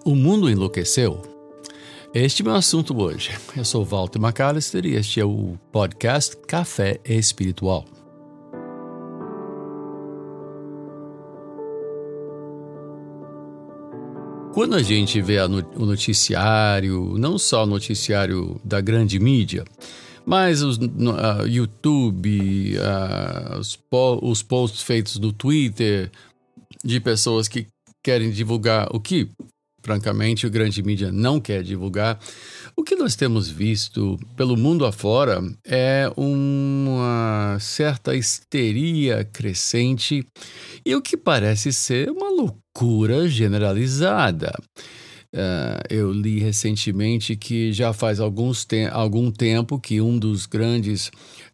O mundo enlouqueceu? Este é o meu assunto hoje. Eu sou Walter McAllister e este é o podcast Café Espiritual. Quando a gente vê o noticiário, não só o noticiário da grande mídia, mas YouTube, os posts feitos no Twitter de pessoas que querem divulgar o que, francamente, o grande mídia não quer divulgar. O que nós temos visto pelo mundo afora é uma certa histeria crescente e o que parece ser uma loucura generalizada. Eu li recentemente que já faz algum tempo que um dos grandes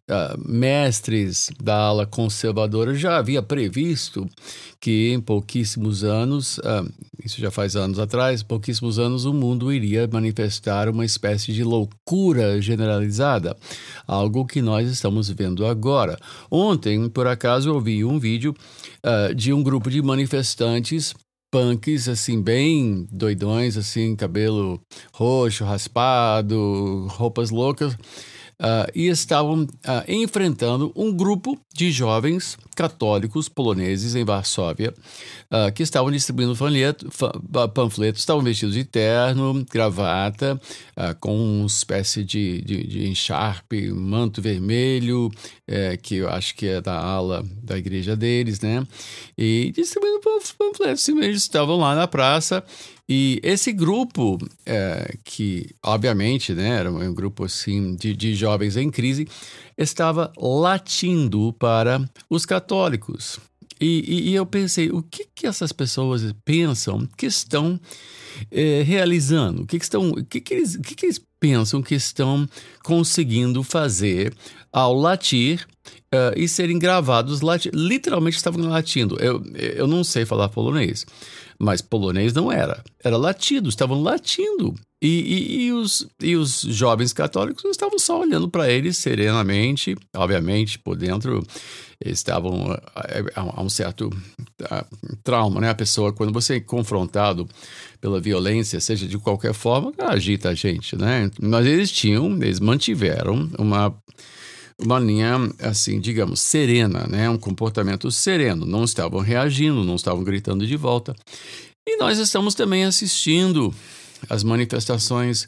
mestres da ala conservadora já havia previsto que em pouquíssimos anos, isso já faz anos atrás, pouquíssimos anos o mundo iria manifestar uma espécie de loucura generalizada, algo que nós estamos vendo agora. Ontem, por acaso, eu vi um vídeo de um grupo de manifestantes punks, assim, bem doidões, assim, cabelo roxo, raspado, roupas loucas, e estavam enfrentando um grupo de jovens católicos poloneses em Varsóvia, que estavam distribuindo panfletos, estavam vestidos de terno, gravata, com uma espécie de encharpe, manto vermelho, que eu acho que é da ala da igreja deles, né? E distribuindo panfletos, eles estavam lá na praça. E esse grupo, que obviamente, né, era um grupo assim, de jovens em crise, estava latindo para os católicos. E eu pensei, o que essas pessoas pensam que estão realizando? O que eles pensam que estão conseguindo fazer ao latir e serem gravados, literalmente estavam latindo. Eu não sei falar polonês, mas polonês não era latido, estavam latindo. E os jovens católicos estavam só olhando para eles serenamente, obviamente, por dentro estavam a um certo trauma, né? A pessoa, quando você é confrontado pela violência, seja de qualquer forma, agita a gente, né? Mas eles mantiveram uma linha, assim, digamos, serena, né? Um comportamento sereno. Não estavam reagindo, não estavam gritando de volta. E nós estamos também assistindo as manifestações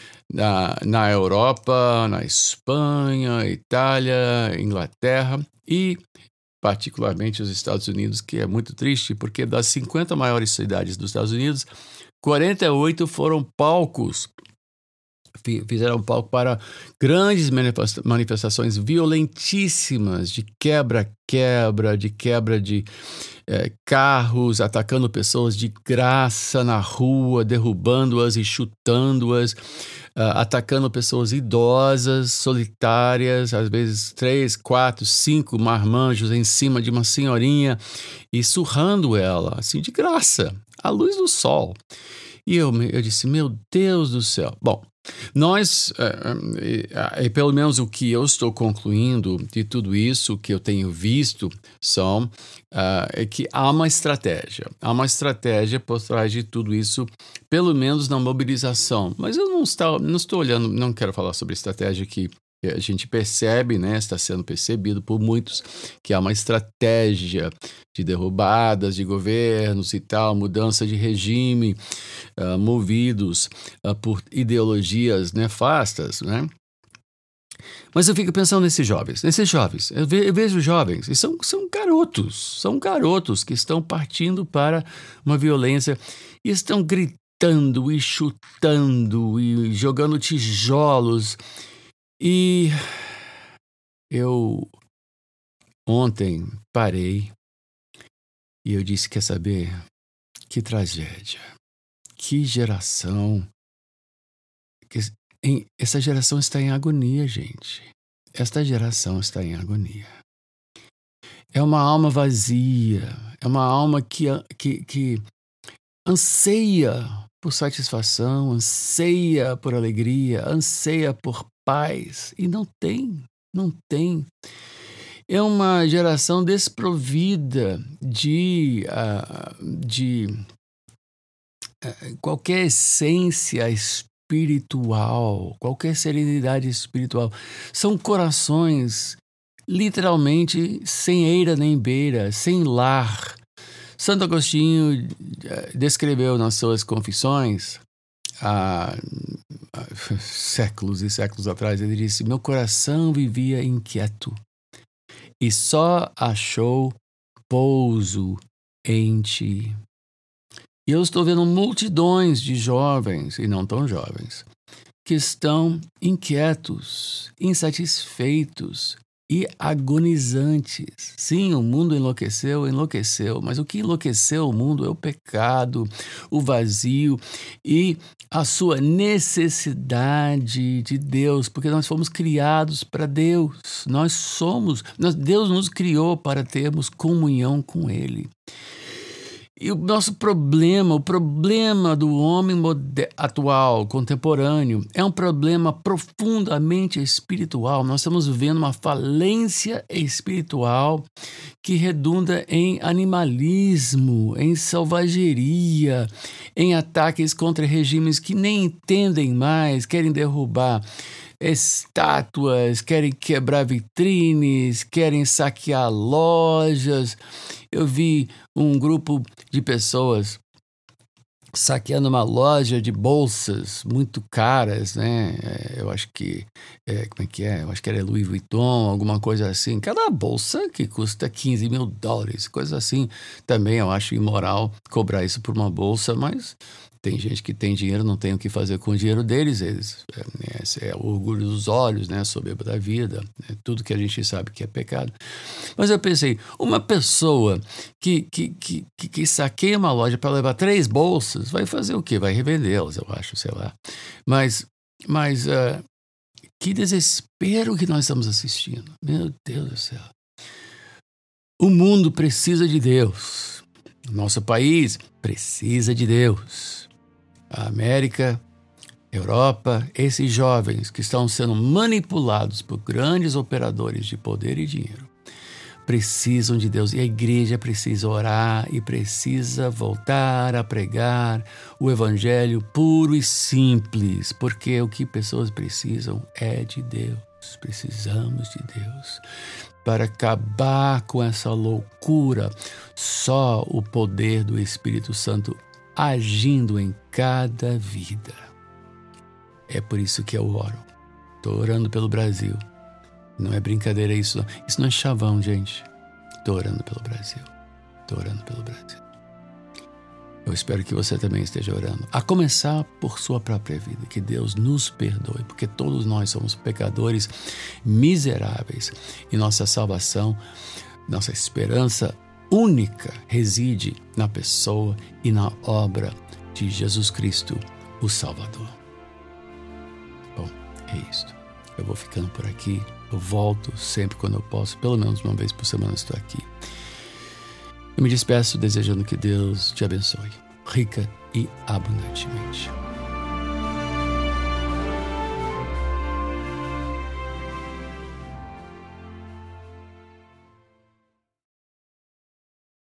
na Europa, na Espanha, Itália, Inglaterra e particularmente os Estados Unidos, que é muito triste, porque das 50 maiores cidades dos Estados Unidos, 48 foram palcos. Fizeram palco para grandes manifestações violentíssimas de quebra de carros, atacando pessoas de graça na rua, derrubando-as e chutando-as, atacando pessoas idosas, solitárias, às vezes 3, 4, 5 marmanjos em cima de uma senhorinha e surrando ela, assim, de graça, à luz do sol. E eu disse, meu Deus do céu. Bom, nós, pelo menos o que eu estou concluindo de tudo isso que eu tenho visto é que há uma estratégia por trás de tudo isso, pelo menos na mobilização. Mas eu não estou olhando, não quero falar sobre estratégia que a gente percebe, né, está sendo percebido por muitos, que há uma estratégia de derrubadas de governos e tal, mudança de regime, movidos por ideologias nefastas, né? Mas eu fico pensando nesses jovens, eu vejo jovens, e são garotos que estão partindo para uma violência e estão gritando e chutando e jogando tijolos. E eu ontem parei e eu disse, quer saber? Que tragédia, que geração. Essa geração está em agonia, gente. Esta geração está em agonia. É uma alma vazia, é uma alma que anseia por satisfação, anseia por alegria, anseia por paz, e não tem. É uma geração desprovida de qualquer essência espiritual, qualquer serenidade espiritual. São corações literalmente sem eira nem beira, sem lar. Santo Agostinho descreveu nas suas confissões, há séculos e séculos atrás, ele disse: meu coração vivia inquieto e só achou pouso em ti. E eu estou vendo multidões de jovens, e não tão jovens, que estão inquietos, insatisfeitos e agonizantes. Sim, o mundo enlouqueceu, mas o que enlouqueceu o mundo é o pecado, o vazio e a sua necessidade de Deus, porque nós fomos criados para Deus. Deus nos criou para termos comunhão com Ele. E o nosso problema, o problema do homem atual, contemporâneo, é um problema profundamente espiritual. Nós estamos vendo uma falência espiritual que redunda em animalismo, em selvageria, em ataques contra regimes que nem entendem mais, querem derrubar estátuas, querem quebrar vitrines, querem saquear lojas. Eu vi um grupo de pessoas saqueando uma loja de bolsas muito caras, né? Eu acho que, como é que é? Eu acho que era Louis Vuitton, alguma coisa assim. Cada bolsa que custa $15 mil, coisa assim. Também eu acho imoral cobrar isso por uma bolsa, mas tem gente que tem dinheiro, não tem o que fazer com o dinheiro deles. Esse é o orgulho dos olhos, né? Soberba da vida, né? Tudo que a gente sabe que é pecado. Mas eu pensei, uma pessoa que saqueia uma loja para levar 3 bolsas, vai fazer o quê? Vai revendê-las, eu acho, sei lá. Mas que desespero que nós estamos assistindo. Meu Deus do céu. O mundo precisa de Deus. Nosso país precisa de Deus. A América, Europa, esses jovens que estão sendo manipulados por grandes operadores de poder e dinheiro, precisam de Deus. E a igreja precisa orar e precisa voltar a pregar o evangelho puro e simples, porque o que pessoas precisam é de Deus. Precisamos de Deus. Para acabar com essa loucura, só o poder do Espírito Santo agindo em cada vida. É por isso que eu oro. Estou orando pelo Brasil. Não é brincadeira isso, não. Isso não é chavão, gente. Estou orando pelo Brasil. Estou orando pelo Brasil. Eu espero que você também esteja orando. A começar por sua própria vida. Que Deus nos perdoe, porque todos nós somos pecadores miseráveis. E nossa salvação, nossa esperança única reside na pessoa e na obra de Jesus Cristo, o Salvador. Bom, é isto. Eu vou ficando por aqui. Eu volto sempre quando eu posso. Pelo menos uma vez por semana estou aqui. Eu me despeço desejando que Deus te abençoe, rica e abundantemente.